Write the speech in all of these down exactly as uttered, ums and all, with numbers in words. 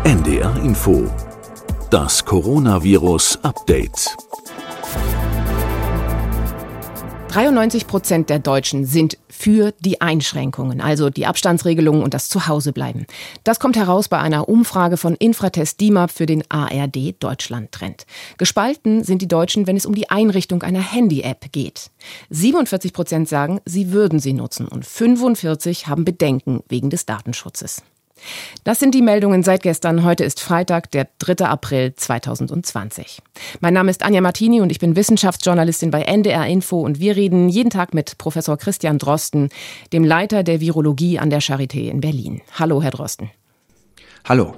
N D R Info. Das Coronavirus-Update. dreiundneunzig Prozent der Deutschen sind für die Einschränkungen, also die Abstandsregelungen und das Zuhausebleiben. Das kommt heraus bei einer Umfrage von Infratest D I M A P für den A R D Deutschland-Trend. Gespalten sind die Deutschen, wenn es um die Einrichtung einer Handy-App geht. siebenundvierzig Prozent sagen, sie würden sie nutzen und fünfundvierzig haben Bedenken wegen des Datenschutzes. Das sind die Meldungen seit gestern. Heute ist Freitag, der dritte April zweitausendzwanzig. Mein Name ist Anja Martini und ich bin Wissenschaftsjournalistin bei N D R Info und wir reden jeden Tag mit Professor Christian Drosten, dem Leiter der Virologie an der Charité in Berlin. Hallo, Herr Drosten. Hallo.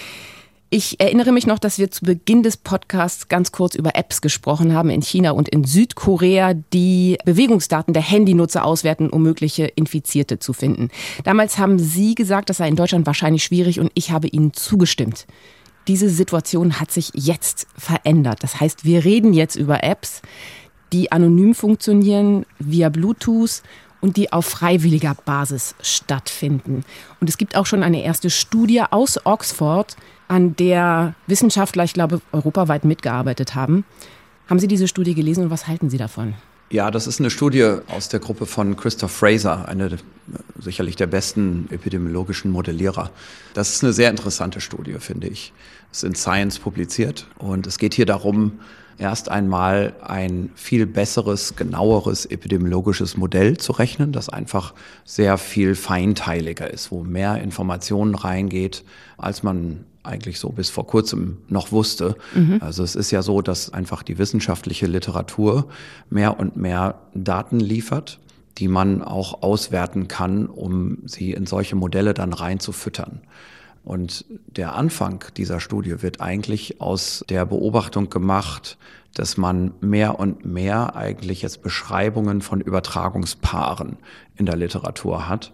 Ich erinnere mich noch, dass wir zu Beginn des Podcasts ganz kurz über Apps gesprochen haben in China und in Südkorea, die Bewegungsdaten der Handynutzer auswerten, um mögliche Infizierte zu finden. Damals haben Sie gesagt, das sei in Deutschland wahrscheinlich schwierig und ich habe Ihnen zugestimmt. Diese Situation hat sich jetzt verändert. Das heißt, wir reden jetzt über Apps, die anonym funktionieren, via Bluetooth und die auf freiwilliger Basis stattfinden. Und es gibt auch schon eine erste Studie aus Oxford, an der Wissenschaftler, ich glaube, europaweit mitgearbeitet haben. Haben Sie diese Studie gelesen und was halten Sie davon? Ja, das ist eine Studie aus der Gruppe von Christoph Fraser, eine sicherlich der besten epidemiologischen Modellierer. Das ist eine sehr interessante Studie, finde ich. Es ist in Science publiziert und es geht hier darum, erst einmal ein viel besseres, genaueres epidemiologisches Modell zu rechnen, das einfach sehr viel feinteiliger ist, wo mehr Informationen reingeht, als man eigentlich so bis vor kurzem noch wusste. Mhm. Also es ist ja so, dass einfach die wissenschaftliche Literatur mehr und mehr Daten liefert, die man auch auswerten kann, um sie in solche Modelle dann reinzufüttern. Und der Anfang dieser Studie wird eigentlich aus der Beobachtung gemacht, dass man mehr und mehr eigentlich jetzt Beschreibungen von Übertragungspaaren in der Literatur hat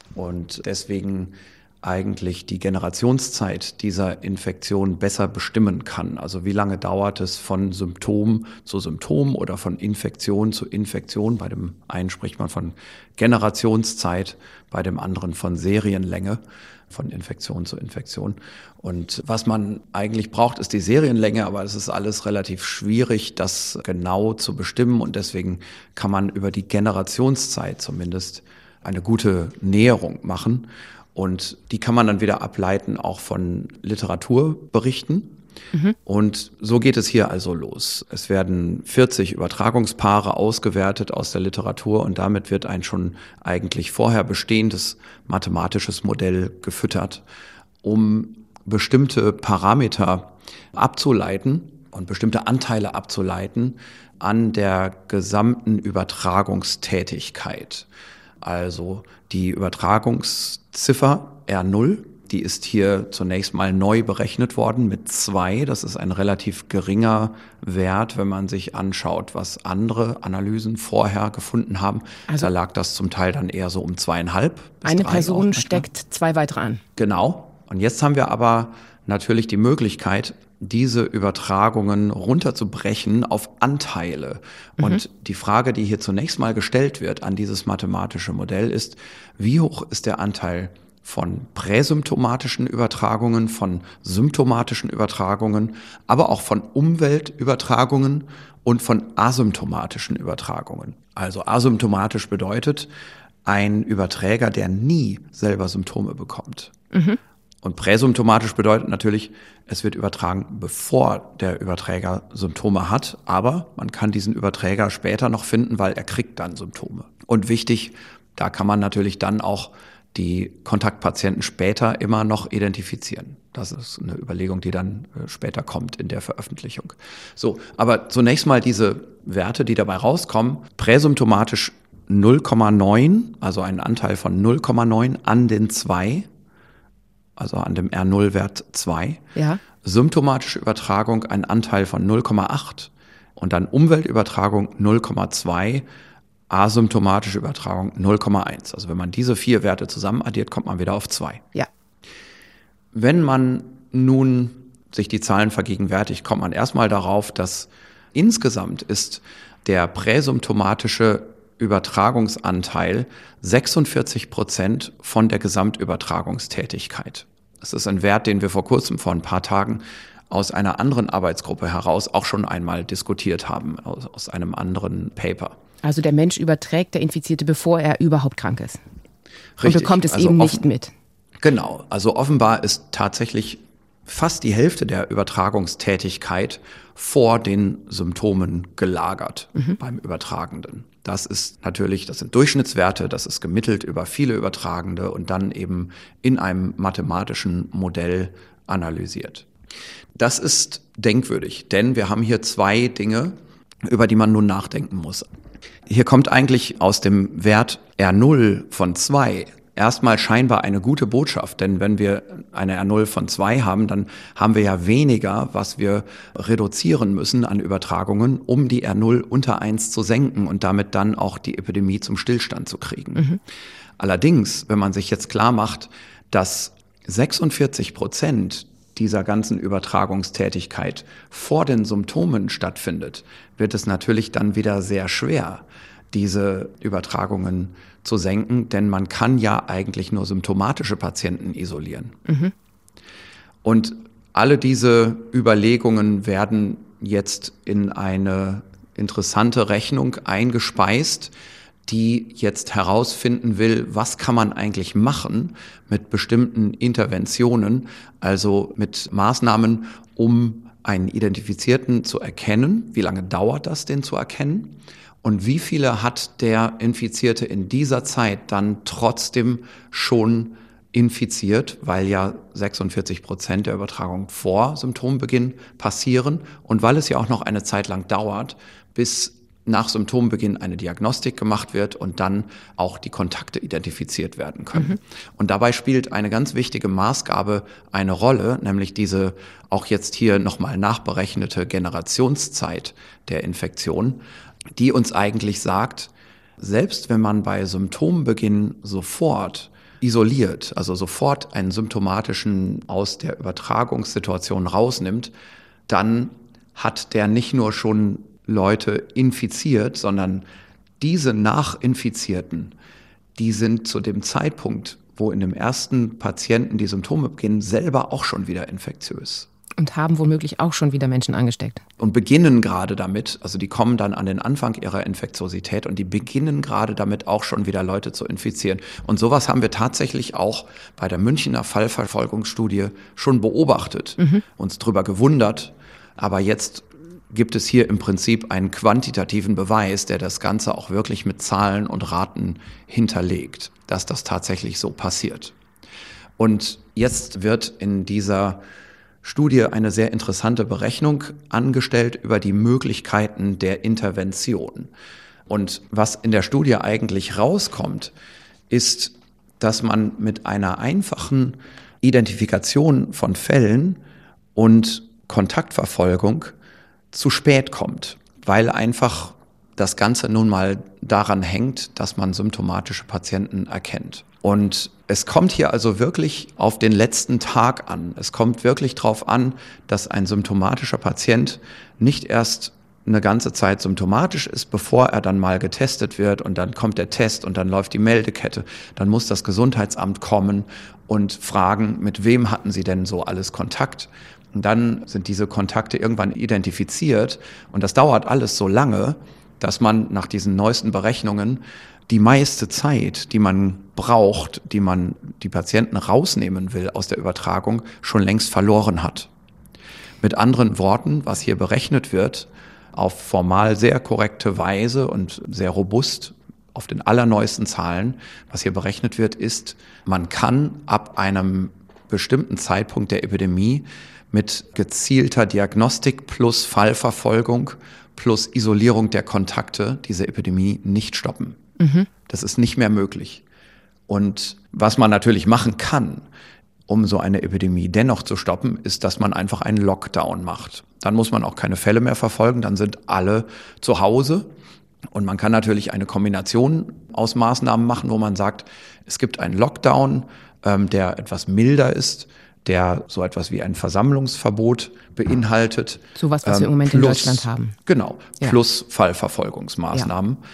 und deswegen eigentlich die Generationszeit dieser Infektion besser bestimmen kann. Also wie lange dauert es von Symptom zu Symptom oder von Infektion zu Infektion. Bei dem einen spricht man von Generationszeit, bei dem anderen von Serienlänge, von Infektion zu Infektion. Und was man eigentlich braucht, ist die Serienlänge, aber es ist alles relativ schwierig, das genau zu bestimmen. Und deswegen kann man über die Generationszeit zumindest eine gute Näherung machen. Und die kann man dann wieder ableiten, auch von Literaturberichten. Mhm. Und so geht es hier also los. Es werden vierzig Übertragungspaare ausgewertet aus der Literatur und damit wird ein schon eigentlich vorher bestehendes mathematisches Modell gefüttert, um bestimmte Parameter abzuleiten und bestimmte Anteile abzuleiten an der gesamten Übertragungstätigkeit. Also die Übertragungsziffer R null, die ist hier zunächst mal neu berechnet worden mit zwei. Das ist ein relativ geringer Wert, wenn man sich anschaut, was andere Analysen vorher gefunden haben. Also da lag das zum Teil dann eher so um zweieinhalb. Bis eine drei Person steckt zwei weitere an. Genau. Und jetzt haben wir aber natürlich die Möglichkeit, diese Übertragungen runterzubrechen auf Anteile. Mhm. Und die Frage, die hier zunächst mal gestellt wird an dieses mathematische Modell ist, wie hoch ist der Anteil von präsymptomatischen Übertragungen, von symptomatischen Übertragungen, aber auch von Umweltübertragungen und von asymptomatischen Übertragungen. Also asymptomatisch bedeutet ein Überträger, der nie selber Symptome bekommt. Mhm. Und präsymptomatisch bedeutet natürlich, es wird übertragen, bevor der Überträger Symptome hat. Aber man kann diesen Überträger später noch finden, weil er kriegt dann Symptome. Und wichtig, da kann man natürlich dann auch die Kontaktpatienten später immer noch identifizieren. Das ist eine Überlegung, die dann später kommt in der Veröffentlichung. So, aber zunächst mal diese Werte, die dabei rauskommen. Präsymptomatisch null Komma neun, also ein Anteil von null Komma neun an den zwei. Also an dem R null Wert zwei. Ja. Symptomatische Übertragung ein Anteil von null Komma acht und dann Umweltübertragung null Komma zwei, asymptomatische Übertragung null Komma eins. Also wenn man diese vier Werte zusammen addiert, kommt man wieder auf zwei. Ja. Wenn man nun sich die Zahlen vergegenwärtigt, kommt man erstmal darauf, dass insgesamt ist der präsymptomatische Übertragungsanteil sechsundvierzig Prozent von der Gesamtübertragungstätigkeit. Das ist ein Wert, den wir vor kurzem, vor ein paar Tagen, aus einer anderen Arbeitsgruppe heraus auch schon einmal diskutiert haben, aus, aus einem anderen Paper. Also der Mensch überträgt der Infizierte, bevor er überhaupt krank ist. Richtig. Und bekommt es also eben offen, nicht mit. Genau. Also offenbar ist tatsächlich fast die Hälfte der Übertragungstätigkeit vor den Symptomen gelagert mhm. beim Übertragenden. Das ist natürlich, das sind Durchschnittswerte, das ist gemittelt über viele Übertragende und dann eben in einem mathematischen Modell analysiert. Das ist denkwürdig, denn wir haben hier zwei Dinge, über die man nun nachdenken muss. Hier kommt eigentlich aus dem Wert R null von zwei erstmal scheinbar eine gute Botschaft, denn wenn wir eine R null von zwei haben, dann haben wir ja weniger, was wir reduzieren müssen an Übertragungen, um die R null unter eins zu senken und damit dann auch die Epidemie zum Stillstand zu kriegen. Mhm. Allerdings, wenn man sich jetzt klar macht, dass sechsundvierzig Prozent dieser ganzen Übertragungstätigkeit vor den Symptomen stattfindet, wird es natürlich dann wieder sehr schwer, diese Übertragungen zu senken, denn man kann ja eigentlich nur symptomatische Patienten isolieren. Mhm. Und alle diese Überlegungen werden jetzt in eine interessante Rechnung eingespeist, die jetzt herausfinden will, was kann man eigentlich machen mit bestimmten Interventionen, also mit Maßnahmen, um einen Identifizierten zu erkennen. Wie lange dauert das, den zu erkennen? Und wie viele hat der Infizierte in dieser Zeit dann trotzdem schon infiziert, weil ja sechsundvierzig Prozent der Übertragung vor Symptombeginn passieren und weil es ja auch noch eine Zeit lang dauert, bis nach Symptombeginn eine Diagnostik gemacht wird und dann auch die Kontakte identifiziert werden können. Mhm. Und dabei spielt eine ganz wichtige Maßgabe eine Rolle, nämlich diese auch jetzt hier nochmal nachberechnete Generationszeit der Infektion, die uns eigentlich sagt, selbst wenn man bei Symptombeginn sofort isoliert, also sofort einen symptomatischen aus der Übertragungssituation rausnimmt, dann hat der nicht nur schon Leute infiziert, sondern diese Nachinfizierten, die sind zu dem Zeitpunkt, wo in dem ersten Patienten die Symptome beginnen, selber auch schon wieder infektiös. Und haben womöglich auch schon wieder Menschen angesteckt. Und beginnen gerade damit, also die kommen dann an den Anfang ihrer Infektiosität und die beginnen gerade damit auch schon wieder Leute zu infizieren. Und sowas haben wir tatsächlich auch bei der Münchner Fallverfolgungsstudie schon beobachtet, mhm. uns drüber gewundert, aber jetzt gibt es hier im Prinzip einen quantitativen Beweis, der das Ganze auch wirklich mit Zahlen und Raten hinterlegt, dass das tatsächlich so passiert. Und jetzt wird in dieser Studie eine sehr interessante Berechnung angestellt über die Möglichkeiten der Intervention. Und was in der Studie eigentlich rauskommt, ist, dass man mit einer einfachen Identifikation von Fällen und Kontaktverfolgung zu spät kommt, weil einfach das Ganze nun mal daran hängt, dass man symptomatische Patienten erkennt. Und es kommt hier also wirklich auf den letzten Tag an. Es kommt wirklich darauf an, dass ein symptomatischer Patient nicht erst eine ganze Zeit symptomatisch ist, bevor er dann mal getestet wird und dann kommt der Test und dann läuft die Meldekette. Dann muss das Gesundheitsamt kommen und fragen, mit wem hatten Sie denn so alles Kontakt? Und dann sind diese Kontakte irgendwann identifiziert und das dauert alles so lange, dass man nach diesen neuesten Berechnungen die meiste Zeit, die man braucht, die man die Patienten rausnehmen will aus der Übertragung, schon längst verloren hat. Mit anderen Worten, was hier berechnet wird, auf formal sehr korrekte Weise und sehr robust auf den allerneuesten Zahlen, was hier berechnet wird, ist, man kann ab einem bestimmten Zeitpunkt der Epidemie mit gezielter Diagnostik plus Fallverfolgung plus Isolierung der Kontakte diese Epidemie nicht stoppen. Mhm. Das ist nicht mehr möglich. Und was man natürlich machen kann, um so eine Epidemie dennoch zu stoppen, ist, dass man einfach einen Lockdown macht. Dann muss man auch keine Fälle mehr verfolgen, dann sind alle zu Hause. Und man kann natürlich eine Kombination aus Maßnahmen machen, wo man sagt, es gibt einen Lockdown, ähm, der etwas milder ist, der so etwas wie ein Versammlungsverbot beinhaltet. So was, was ähm, wir im Moment plus, in Deutschland haben. Genau, ja. Plus Fallverfolgungsmaßnahmen. Ja.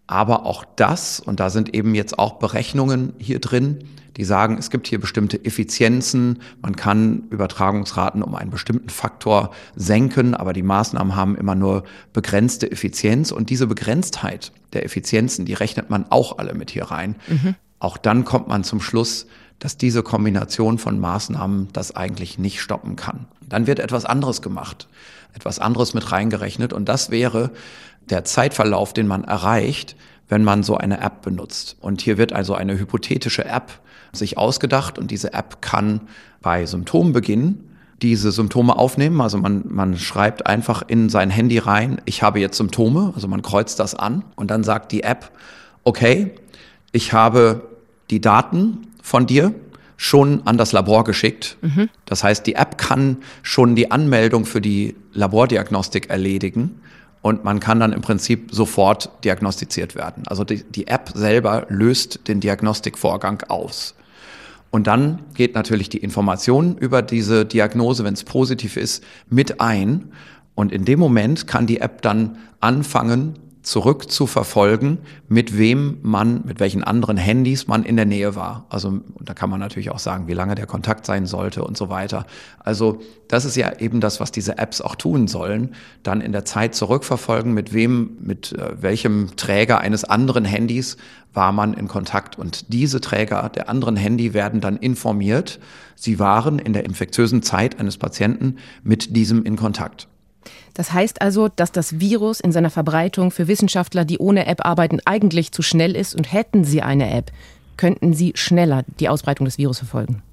Aber auch das, und da sind eben jetzt auch Berechnungen hier drin, die sagen, es gibt hier bestimmte Effizienzen, man kann Übertragungsraten um einen bestimmten Faktor senken, aber die Maßnahmen haben immer nur begrenzte Effizienz. Und diese Begrenztheit der Effizienzen, die rechnet man auch alle mit hier rein. Mhm. Auch dann kommt man zum Schluss, dass diese Kombination von Maßnahmen das eigentlich nicht stoppen kann. Dann wird etwas anderes gemacht, etwas anderes mit reingerechnet, und das wäre der Zeitverlauf, den man erreicht, wenn man so eine App benutzt. Und hier wird also eine hypothetische App sich ausgedacht, und diese App kann bei Symptombeginn diese Symptome aufnehmen. Also man, man schreibt einfach in sein Handy rein, ich habe jetzt Symptome, also man kreuzt das an, und dann sagt die App, okay, ich habe die Daten von dir schon an das Labor geschickt. Mhm. Das heißt, die App kann schon die Anmeldung für die Labordiagnostik erledigen. Und man kann dann im Prinzip sofort diagnostiziert werden. Also die, die App selber löst den Diagnostikvorgang aus. Und dann geht natürlich die Information über diese Diagnose, wenn es positiv ist, mit ein. Und in dem Moment kann die App dann anfangen, zurück zu verfolgen, mit wem man, mit welchen anderen Handys man in der Nähe war. Also da kann man natürlich auch sagen, wie lange der Kontakt sein sollte und so weiter. Also das ist ja eben das, was diese Apps auch tun sollen, dann in der Zeit zurückverfolgen, mit wem, mit äh, welchem Träger eines anderen Handys war man in Kontakt. Und diese Träger der anderen Handy werden dann informiert, sie waren in der infektiösen Zeit eines Patienten mit diesem in Kontakt. Das heißt also, dass das Virus in seiner Verbreitung für Wissenschaftler, die ohne App arbeiten, eigentlich zu schnell ist, und hätten sie eine App, könnten sie schneller die Ausbreitung des Virus verfolgen?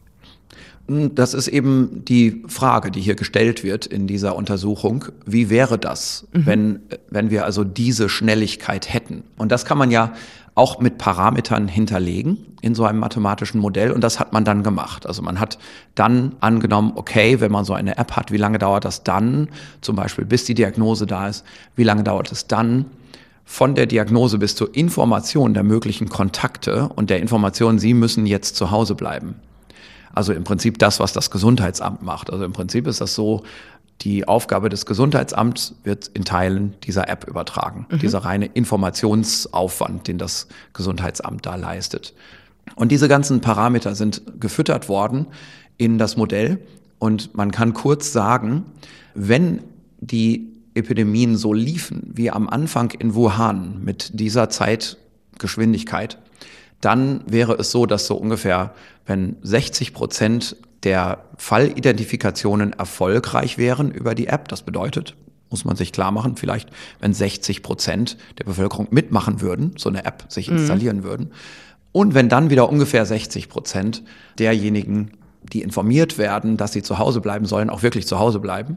Das ist eben die Frage, die hier gestellt wird in dieser Untersuchung. Wie wäre das, mhm. wenn, wenn wir also diese Schnelligkeit hätten? Und das kann man ja auch mit Parametern hinterlegen in so einem mathematischen Modell. Und das hat man dann gemacht. Also man hat dann angenommen, okay, wenn man so eine App hat, wie lange dauert das dann? Zum Beispiel, bis die Diagnose da ist. Wie lange dauert es dann? Von der Diagnose bis zur Information der möglichen Kontakte und der Information, Sie müssen jetzt zu Hause bleiben. Also im Prinzip das, was das Gesundheitsamt macht. Also im Prinzip ist das so, die Aufgabe des Gesundheitsamts wird in Teilen dieser App übertragen. Mhm. Dieser reine Informationsaufwand, den das Gesundheitsamt da leistet. Und diese ganzen Parameter sind gefüttert worden in das Modell. Und man kann kurz sagen, wenn die Epidemien so liefen wie am Anfang in Wuhan mit dieser Zeitgeschwindigkeit, dann wäre es so, dass so ungefähr, wenn sechzig Prozent der Fallidentifikationen erfolgreich wären über die App, das bedeutet, muss man sich klar machen, vielleicht wenn sechzig Prozent der Bevölkerung mitmachen würden, so eine App sich installieren mhm. würden, und wenn dann wieder ungefähr sechzig Prozent derjenigen, die informiert werden, dass sie zu Hause bleiben sollen, auch wirklich zu Hause bleiben,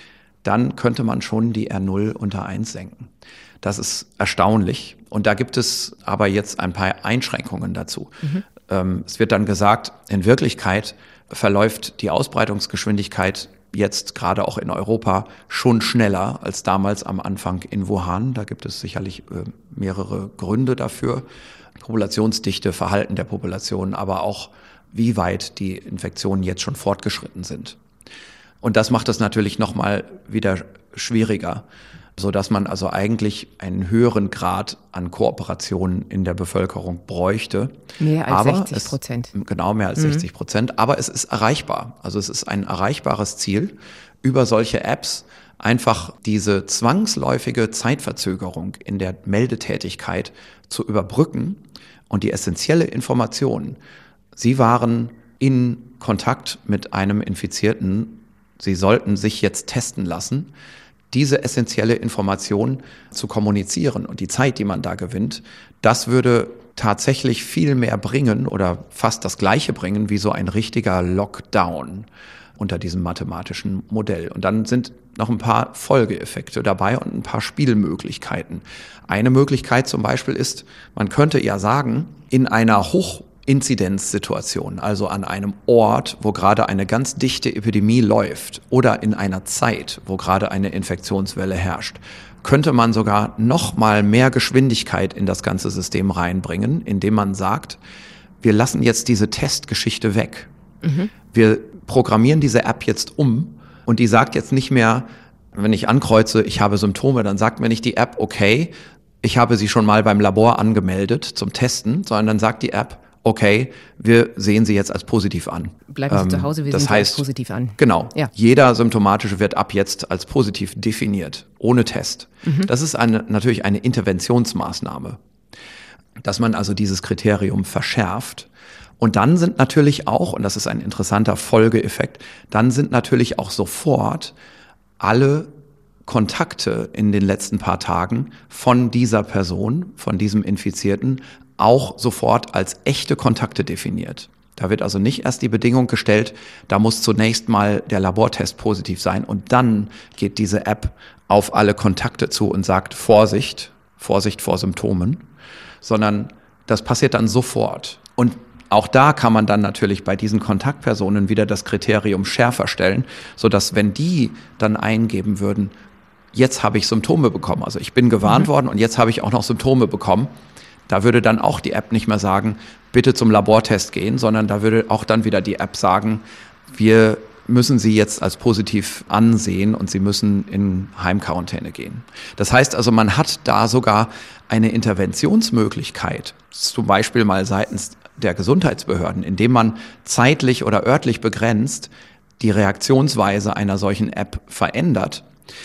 dann könnte man schon die R null unter eins senken. Das ist erstaunlich. Und da gibt es aber jetzt ein paar Einschränkungen dazu. Mhm. Ähm, es wird dann gesagt, in Wirklichkeit verläuft die Ausbreitungsgeschwindigkeit jetzt gerade auch in Europa schon schneller als damals am Anfang in Wuhan. Da gibt es sicherlich äh, mehrere Gründe dafür. Populationsdichte, Verhalten der Population, aber auch wie weit die Infektionen jetzt schon fortgeschritten sind. Und das macht es natürlich nochmal wieder schwieriger, sodass man also eigentlich einen höheren Grad an Kooperation in der Bevölkerung bräuchte. Mehr als aber sechzig Prozent. Es, genau, mehr als mhm. sechzig Prozent. Aber es ist erreichbar. Also es ist ein erreichbares Ziel, über solche Apps einfach diese zwangsläufige Zeitverzögerung in der Meldetätigkeit zu überbrücken und die essentielle Information. Sie waren in Kontakt mit einem Infizierten. Sie sollten sich jetzt testen lassen. Diese essentielle Information zu kommunizieren und die Zeit, die man da gewinnt, das würde tatsächlich viel mehr bringen oder fast das Gleiche bringen wie so ein richtiger Lockdown unter diesem mathematischen Modell. Und dann sind noch ein paar Folgeeffekte dabei und ein paar Spielmöglichkeiten. Eine Möglichkeit zum Beispiel ist, man könnte ja sagen, in einer Hochinzidenzsituation, also an einem Ort, wo gerade eine ganz dichte Epidemie läuft oder in einer Zeit, wo gerade eine Infektionswelle herrscht, könnte man sogar noch mal mehr Geschwindigkeit in das ganze System reinbringen, indem man sagt, wir lassen jetzt diese Testgeschichte weg. Mhm. Wir programmieren diese App jetzt um und die sagt jetzt nicht mehr, wenn ich ankreuze, ich habe Symptome, dann sagt mir nicht die App, okay, ich habe Sie schon mal beim Labor angemeldet zum Testen, sondern dann sagt die App, okay, wir sehen Sie jetzt als positiv an. Bleiben Sie ähm, zu Hause, wir das sehen heißt, Sie als positiv an. Genau. Ja. Jeder Symptomatische wird ab jetzt als positiv definiert, ohne Test. Mhm. Das ist eine, natürlich eine Interventionsmaßnahme, dass man also dieses Kriterium verschärft. Und dann sind natürlich auch, und das ist ein interessanter Folgeeffekt, dann sind natürlich auch sofort alle Kontakte in den letzten paar Tagen von dieser Person, von diesem Infizierten, auch sofort als echte Kontakte definiert. Da wird also nicht erst die Bedingung gestellt, da muss zunächst mal der Labortest positiv sein und dann geht diese App auf alle Kontakte zu und sagt Vorsicht, Vorsicht vor Symptomen, sondern das passiert dann sofort. Und auch da kann man dann natürlich bei diesen Kontaktpersonen wieder das Kriterium schärfer stellen, sodass wenn die dann eingeben würden, jetzt habe ich Symptome bekommen, also ich bin gewarnt mhm. worden und jetzt habe ich auch noch Symptome bekommen, da würde dann auch die App nicht mehr sagen, bitte zum Labortest gehen, sondern da würde auch dann wieder die App sagen, wir müssen Sie jetzt als positiv ansehen und Sie müssen in Heimquarantäne gehen. Das heißt also, man hat da sogar eine Interventionsmöglichkeit, zum Beispiel mal seitens der Gesundheitsbehörden, indem man zeitlich oder örtlich begrenzt die Reaktionsweise einer solchen App verändert,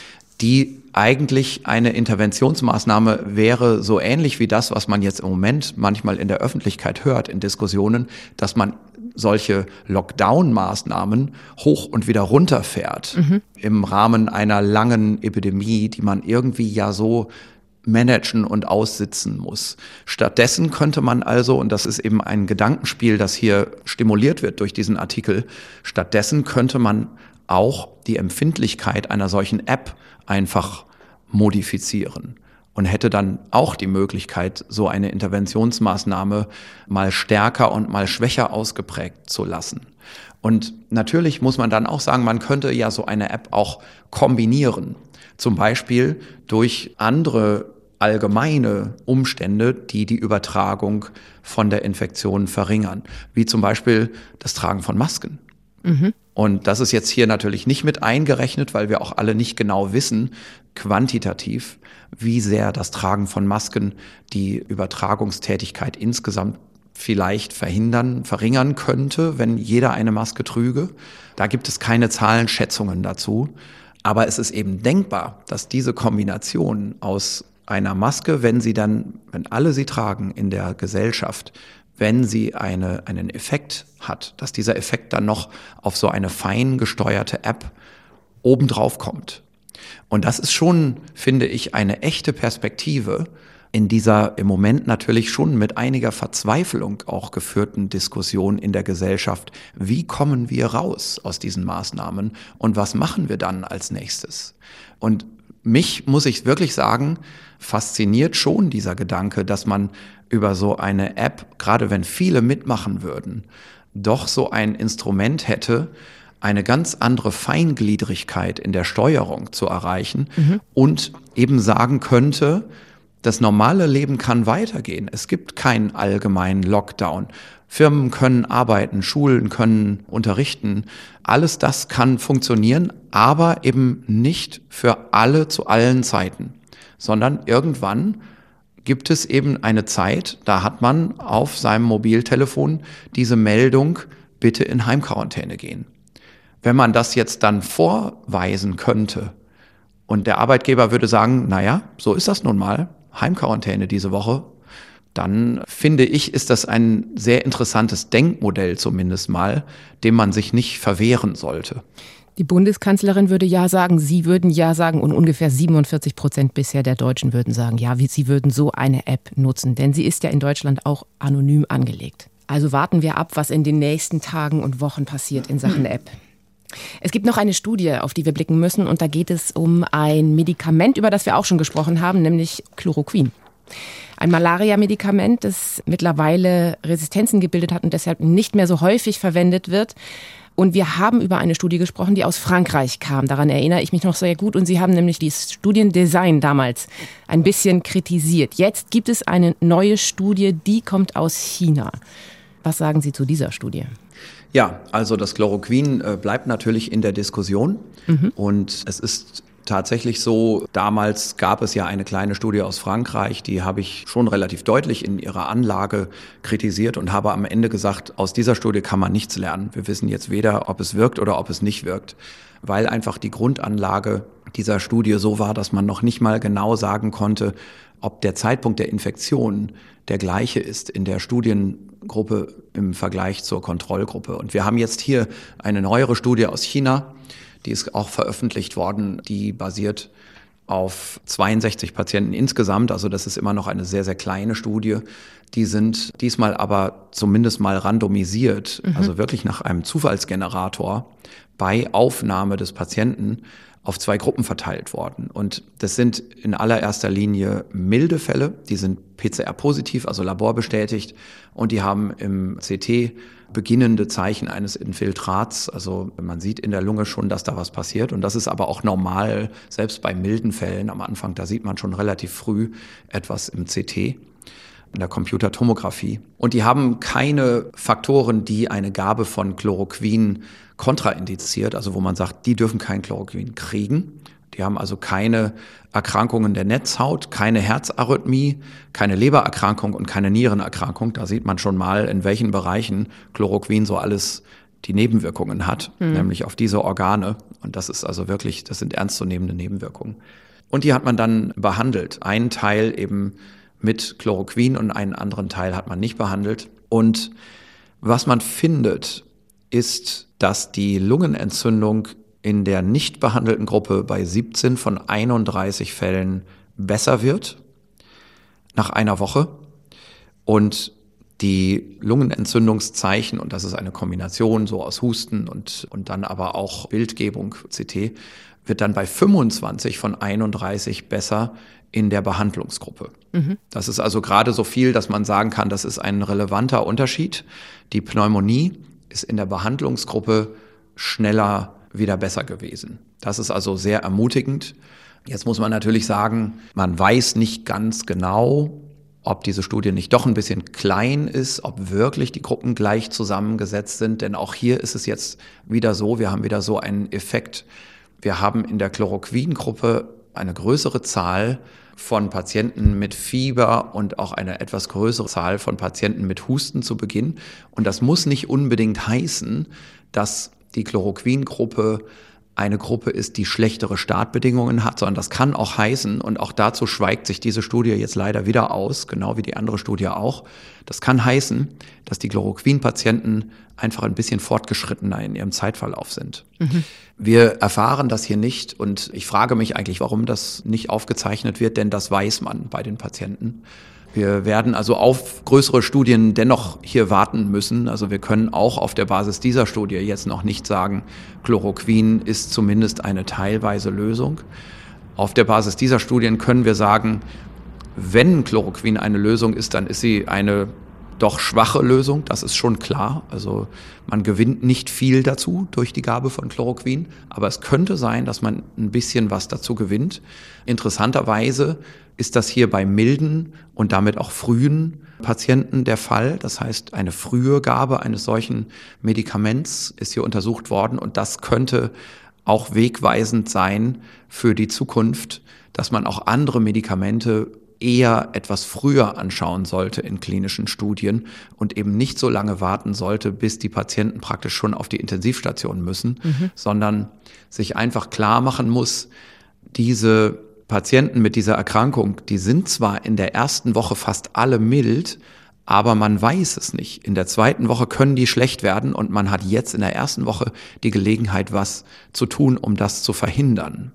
die eigentlich eine Interventionsmaßnahme wäre, so ähnlich wie das, was man jetzt im Moment manchmal in der Öffentlichkeit hört, in Diskussionen, dass man solche Lockdown-Maßnahmen hoch und wieder runterfährt mhm. im Rahmen einer langen Epidemie, die man irgendwie ja so managen und aussitzen muss. Stattdessen könnte man also, und das ist eben ein Gedankenspiel, das hier stimuliert wird durch diesen Artikel, stattdessen könnte man auch die Empfindlichkeit einer solchen App einfach modifizieren und hätte dann auch die Möglichkeit, so eine Interventionsmaßnahme mal stärker und mal schwächer ausgeprägt zu lassen. Und natürlich muss man dann auch sagen, man könnte ja so eine App auch kombinieren, zum Beispiel durch andere allgemeine Umstände, die die Übertragung von der Infektion verringern, wie zum Beispiel das Tragen von Masken. Mhm. Und das ist jetzt hier natürlich nicht mit eingerechnet, weil wir auch alle nicht genau wissen, quantitativ, wie sehr das Tragen von Masken die Übertragungstätigkeit insgesamt vielleicht verhindern, verringern könnte, wenn jeder eine Maske trüge. Da gibt es keine Zahlenschätzungen dazu. Aber es ist eben denkbar, dass diese Kombination aus einer Maske, wenn sie dann, wenn alle sie tragen in der Gesellschaft, wenn sie eine, einen Effekt hat, dass dieser Effekt dann noch auf so eine fein gesteuerte App obendrauf kommt. Und das ist schon, finde ich, eine echte Perspektive in dieser im Moment natürlich schon mit einiger Verzweiflung auch geführten Diskussion in der Gesellschaft. Wie kommen wir raus aus diesen Maßnahmen und was machen wir dann als nächstes? Und mich, muss ich wirklich sagen, fasziniert schon dieser Gedanke, dass man über so eine App, gerade wenn viele mitmachen würden, doch so ein Instrument hätte, eine ganz andere Feingliedrigkeit in der Steuerung zu erreichen mhm. und eben sagen könnte, das normale Leben kann weitergehen. Es gibt keinen allgemeinen Lockdown. Firmen können arbeiten, Schulen können unterrichten. Alles das kann funktionieren, aber eben nicht für alle zu allen Zeiten, sondern irgendwann gibt es eben eine Zeit, da hat man auf seinem Mobiltelefon diese Meldung, bitte in Heimquarantäne gehen. Wenn man das jetzt dann vorweisen könnte und der Arbeitgeber würde sagen, naja, so ist das nun mal, Heimquarantäne diese Woche, dann finde ich, ist das ein sehr interessantes Denkmodell zumindest mal, dem man sich nicht verwehren sollte. Die Bundeskanzlerin würde ja sagen, Sie würden ja sagen und ungefähr siebenundvierzig Prozent bisher der Deutschen würden sagen, ja, sie würden so eine App nutzen, denn sie ist ja in Deutschland auch anonym angelegt. Also warten wir ab, was in den nächsten Tagen und Wochen passiert in Sachen App. Es gibt noch eine Studie, auf die wir blicken müssen, und da geht es um ein Medikament, über das wir auch schon gesprochen haben, nämlich Chloroquin. Ein Malaria-Medikament, das mittlerweile Resistenzen gebildet hat und deshalb nicht mehr so häufig verwendet wird. Und wir haben über eine Studie gesprochen, die aus Frankreich kam. Daran erinnere ich mich noch sehr gut. Und Sie haben nämlich das Studiendesign damals ein bisschen kritisiert. Jetzt gibt es eine neue Studie, die kommt aus China. Was sagen Sie zu dieser Studie? Ja, also das Chloroquin äh, bleibt natürlich in der Diskussion. Mhm. Und es ist tatsächlich so, damals gab es ja eine kleine Studie aus Frankreich, die habe ich schon relativ deutlich in ihrer Anlage kritisiert und habe am Ende gesagt, aus dieser Studie kann man nichts lernen. Wir wissen jetzt weder, ob es wirkt oder ob es nicht wirkt, weil einfach die Grundanlage dieser Studie so war, dass man noch nicht mal genau sagen konnte, ob der Zeitpunkt der Infektion der gleiche ist in der Studiengruppe im Vergleich zur Kontrollgruppe. Und wir haben jetzt hier eine neuere Studie aus China, die ist auch veröffentlicht worden, die basiert auf zweiundsechzig Patienten insgesamt. Also das ist immer noch eine sehr, sehr kleine Studie. Die sind diesmal aber zumindest mal randomisiert, mhm. also wirklich nach einem Zufallsgenerator bei Aufnahme des Patienten auf zwei Gruppen verteilt worden. Und das sind in allererster Linie milde Fälle, die sind P C R-positiv, also laborbestätigt, und die haben im C T beginnende Zeichen eines Infiltrats. Also man sieht in der Lunge schon, dass da was passiert. Und das ist aber auch normal, selbst bei milden Fällen am Anfang, da sieht man schon relativ früh etwas im C T, in der Computertomographie. Und die haben keine Faktoren, die eine Gabe von Chloroquin kontraindiziert, also wo man sagt, die dürfen kein Chloroquin kriegen. Die haben also keine Erkrankungen der Netzhaut, keine Herzarrhythmie, keine Lebererkrankung und keine Nierenerkrankung. Da sieht man schon mal, in welchen Bereichen Chloroquin so alles die Nebenwirkungen hat, mhm. nämlich auf diese Organe. Und das ist also wirklich, das sind ernstzunehmende Nebenwirkungen. Und die hat man dann behandelt. Einen Teil eben mit Chloroquin und einen anderen Teil hat man nicht behandelt. Und was man findet, ist, dass die Lungenentzündung in der nicht behandelten Gruppe bei siebzehn von einunddreißig Fällen besser wird nach einer Woche und die Lungenentzündungszeichen, und das ist eine Kombination so aus Husten und, und dann aber auch Bildgebung, C T, wird dann bei fünfundzwanzig von einunddreißig besser in der Behandlungsgruppe. Mhm. Das ist also gerade so viel, dass man sagen kann, das ist ein relevanter Unterschied. Die Pneumonie ist in der Behandlungsgruppe schneller wieder besser gewesen. Das ist also sehr ermutigend. Jetzt muss man natürlich sagen, man weiß nicht ganz genau, ob diese Studie nicht doch ein bisschen klein ist, ob wirklich die Gruppen gleich zusammengesetzt sind. Denn auch hier ist es jetzt wieder so, wir haben wieder so einen Effekt. Wir haben in der Chloroquin-Gruppe eine größere Zahl von Patienten mit Fieber und auch eine etwas größere Zahl von Patienten mit Husten zu Beginn. Und das muss nicht unbedingt heißen, dass die Chloroquin-Gruppe eine Gruppe ist, die schlechtere Startbedingungen hat, sondern das kann auch heißen, und auch dazu schweigt sich diese Studie jetzt leider wieder aus, genau wie die andere Studie auch, das kann heißen, dass die Chloroquin-Patienten einfach ein bisschen fortgeschrittener in ihrem Zeitverlauf sind. Mhm. Wir erfahren das hier nicht, und ich frage mich eigentlich, warum das nicht aufgezeichnet wird, denn das weiß man bei den Patienten. Wir werden also auf größere Studien dennoch hier warten müssen. Also wir können auch auf der Basis dieser Studie jetzt noch nicht sagen, Chloroquin ist zumindest eine teilweise Lösung. Auf der Basis dieser Studien können wir sagen, wenn Chloroquin eine Lösung ist, dann ist sie eine doch schwache Lösung, das ist schon klar. Also man gewinnt nicht viel dazu durch die Gabe von Chloroquin, aber es könnte sein, dass man ein bisschen was dazu gewinnt. Interessanterweise ist das hier bei milden und damit auch frühen Patienten der Fall. Das heißt, eine frühe Gabe eines solchen Medikaments ist hier untersucht worden, und das könnte auch wegweisend sein für die Zukunft, dass man auch andere Medikamente eher etwas früher anschauen sollte in klinischen Studien und eben nicht so lange warten sollte, bis die Patienten praktisch schon auf die Intensivstation müssen, mhm. sondern sich einfach klar machen muss, diese Patienten mit dieser Erkrankung, die sind zwar in der ersten Woche fast alle mild, aber man weiß es nicht. In der zweiten Woche können die schlecht werden, und man hat jetzt in der ersten Woche die Gelegenheit, was zu tun, um das zu verhindern.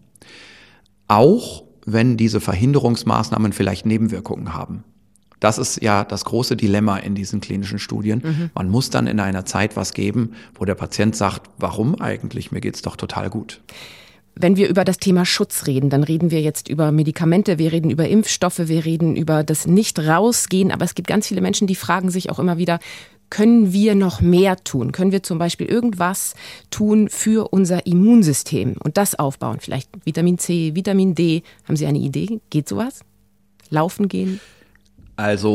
Auch wenn diese Verhinderungsmaßnahmen vielleicht Nebenwirkungen haben. Das ist ja das große Dilemma in diesen klinischen Studien. Mhm. Man muss dann in einer Zeit was geben, wo der Patient sagt, warum eigentlich? Mir geht's doch total gut. Wenn wir über das Thema Schutz reden, dann reden wir jetzt über Medikamente, wir reden über Impfstoffe, wir reden über das Nicht-Rausgehen. Aber es gibt ganz viele Menschen, die fragen sich auch immer wieder, können wir noch mehr tun? Können wir zum Beispiel irgendwas tun für unser Immunsystem und das aufbauen? Vielleicht Vitamin C, Vitamin D. Haben Sie eine Idee? Geht sowas? Laufen gehen? Also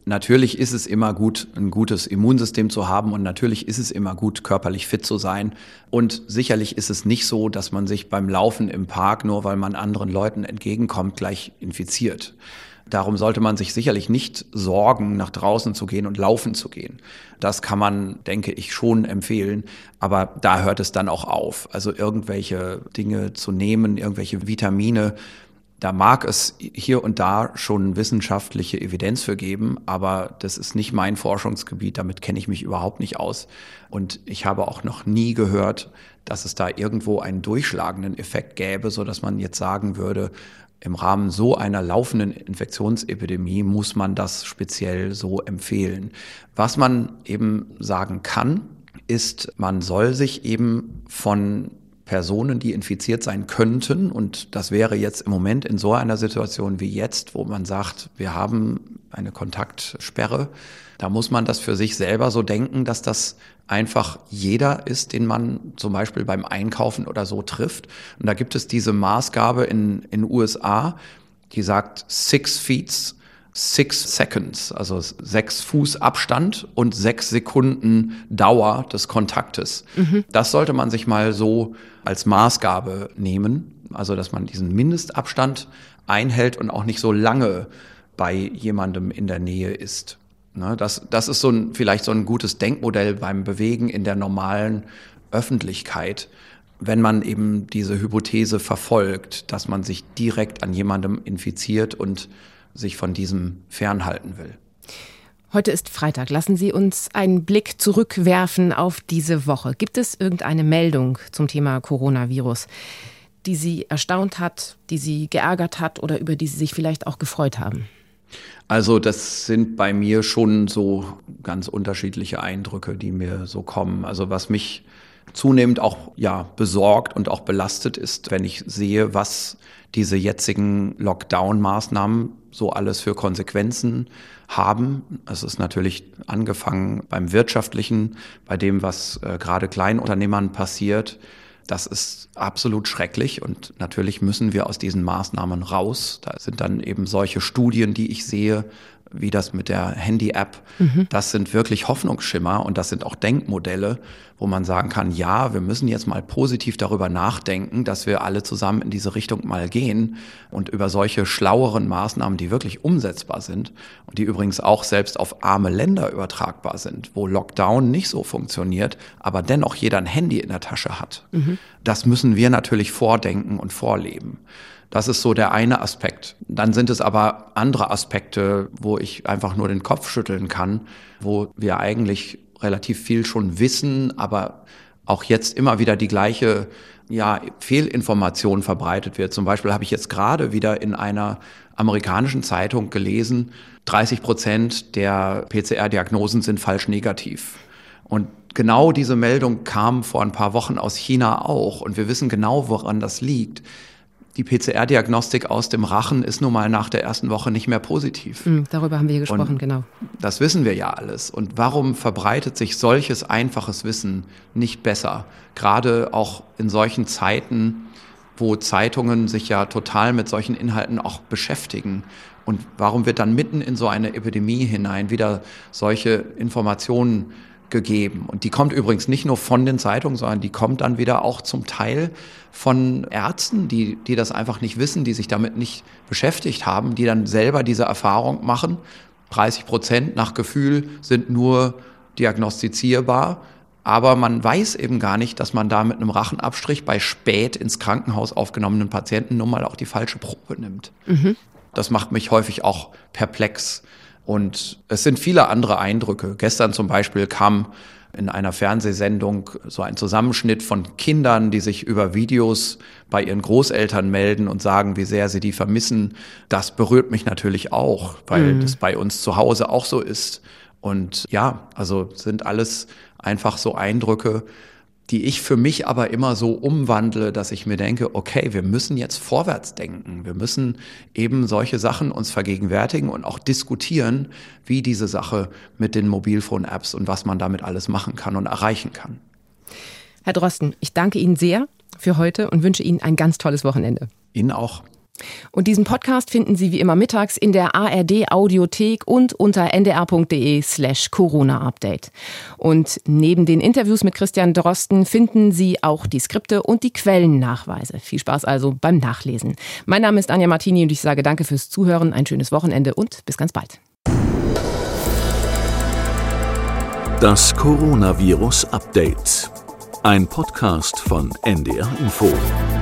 natürlich ist es immer gut, ein gutes Immunsystem zu haben und natürlich ist es immer gut, körperlich fit zu sein. Und sicherlich ist es nicht so, dass man sich beim Laufen im Park, nur weil man anderen Leuten entgegenkommt, gleich infiziert. Darum sollte man sich sicherlich nicht sorgen, nach draußen zu gehen und laufen zu gehen. Das kann man, denke ich, schon empfehlen. Aber da hört es dann auch auf. Also irgendwelche Dinge zu nehmen, irgendwelche Vitamine, da mag es hier und da schon wissenschaftliche Evidenz für geben, aber das ist nicht mein Forschungsgebiet, damit kenne ich mich überhaupt nicht aus. Und ich habe auch noch nie gehört, dass es da irgendwo einen durchschlagenden Effekt gäbe, sodass man jetzt sagen würde, im Rahmen so einer laufenden Infektionsepidemie muss man das speziell so empfehlen. Was man eben sagen kann, ist, man soll sich eben von Personen, die infiziert sein könnten, und das wäre jetzt im Moment in so einer Situation wie jetzt, wo man sagt, wir haben eine Kontaktsperre, da muss man das für sich selber so denken, dass das einfach jeder ist, den man zum Beispiel beim Einkaufen oder so trifft. Und da gibt es diese Maßgabe in in U S A, die sagt six feet, six seconds, also sechs Fuß Abstand und sechs Sekunden Dauer des Kontaktes. Mhm. Das sollte man sich mal so als Maßgabe nehmen, also dass man diesen Mindestabstand einhält und auch nicht so lange bei jemandem in der Nähe ist. Das, das ist so ein, vielleicht so ein gutes Denkmodell beim Bewegen in der normalen Öffentlichkeit, wenn man eben diese Hypothese verfolgt, dass man sich direkt an jemandem infiziert und sich von diesem fernhalten will. Heute ist Freitag. Lassen Sie uns einen Blick zurückwerfen auf diese Woche. Gibt es irgendeine Meldung zum Thema Coronavirus, die Sie erstaunt hat, die Sie geärgert hat oder über die Sie sich vielleicht auch gefreut haben? Also das sind bei mir schon so ganz unterschiedliche Eindrücke, die mir so kommen. Also was mich zunehmend auch ja besorgt und auch belastet ist, wenn ich sehe, was diese jetzigen Lockdown-Maßnahmen so alles für Konsequenzen haben. Es ist natürlich angefangen beim Wirtschaftlichen, bei dem, was äh, gerade Kleinunternehmern passiert. Das ist absolut schrecklich und natürlich müssen wir aus diesen Maßnahmen raus. Da sind dann eben solche Studien, die ich sehe, wie das mit der Handy-App. Mhm. Das sind wirklich Hoffnungsschimmer und das sind auch Denkmodelle, wo man sagen kann, ja, wir müssen jetzt mal positiv darüber nachdenken, dass wir alle zusammen in diese Richtung mal gehen und über solche schlaueren Maßnahmen, die wirklich umsetzbar sind und die übrigens auch selbst auf arme Länder übertragbar sind, wo Lockdown nicht so funktioniert, aber dennoch jeder ein Handy in der Tasche hat. Mhm. Das müssen wir natürlich vordenken und vorleben. Das ist so der eine Aspekt. Dann sind es aber andere Aspekte, wo ich einfach nur den Kopf schütteln kann, wo wir eigentlich relativ viel schon wissen, aber auch jetzt immer wieder die gleiche ja, Fehlinformation verbreitet wird. Zum Beispiel habe ich jetzt gerade wieder in einer amerikanischen Zeitung gelesen, dreißig Prozent der P C R-Diagnosen sind falsch negativ. Und genau diese Meldung kam vor ein paar Wochen aus China auch. Und wir wissen genau, woran das liegt. Die P C R-Diagnostik aus dem Rachen ist nun mal nach der ersten Woche nicht mehr positiv. Mm, darüber haben wir gesprochen, und genau. Das wissen wir ja alles. Und warum verbreitet sich solches einfaches Wissen nicht besser? Gerade auch in solchen Zeiten, wo Zeitungen sich ja total mit solchen Inhalten auch beschäftigen. Und warum wird dann mitten in so eine Epidemie hinein wieder solche Informationen gegeben? Und die kommt übrigens nicht nur von den Zeitungen, sondern die kommt dann wieder auch zum Teil von Ärzten, die, die das einfach nicht wissen, die sich damit nicht beschäftigt haben, die dann selber diese Erfahrung machen. dreißig Prozent nach Gefühl sind nur diagnostizierbar, aber man weiß eben gar nicht, dass man da mit einem Rachenabstrich bei spät ins Krankenhaus aufgenommenen Patienten nun mal auch die falsche Probe nimmt. Mhm. Das macht mich häufig auch perplex. Und es sind viele andere Eindrücke. Gestern zum Beispiel kam in einer Fernsehsendung so ein Zusammenschnitt von Kindern, die sich über Videos bei ihren Großeltern melden und sagen, wie sehr sie die vermissen. Das berührt mich natürlich auch, weil mhm. das bei uns zu Hause auch so ist. Und ja, also sind alles einfach so Eindrücke, die ich für mich aber immer so umwandle, dass ich mir denke, okay, wir müssen jetzt vorwärts denken. Wir müssen eben solche Sachen uns vergegenwärtigen und auch diskutieren, wie diese Sache mit den Mobilphone-Apps und was man damit alles machen kann und erreichen kann. Herr Drosten, ich danke Ihnen sehr für heute und wünsche Ihnen ein ganz tolles Wochenende. Ihnen auch. Und diesen Podcast finden Sie wie immer mittags in der A R D Audiothek und unter ndr.de slash Corona-Update. Und neben den Interviews mit Christian Drosten finden Sie auch die Skripte und die Quellennachweise. Viel Spaß also beim Nachlesen. Mein Name ist Anja Martini und ich sage danke fürs Zuhören, ein schönes Wochenende und bis ganz bald. Das Coronavirus Update. Ein Podcast von N D R Info.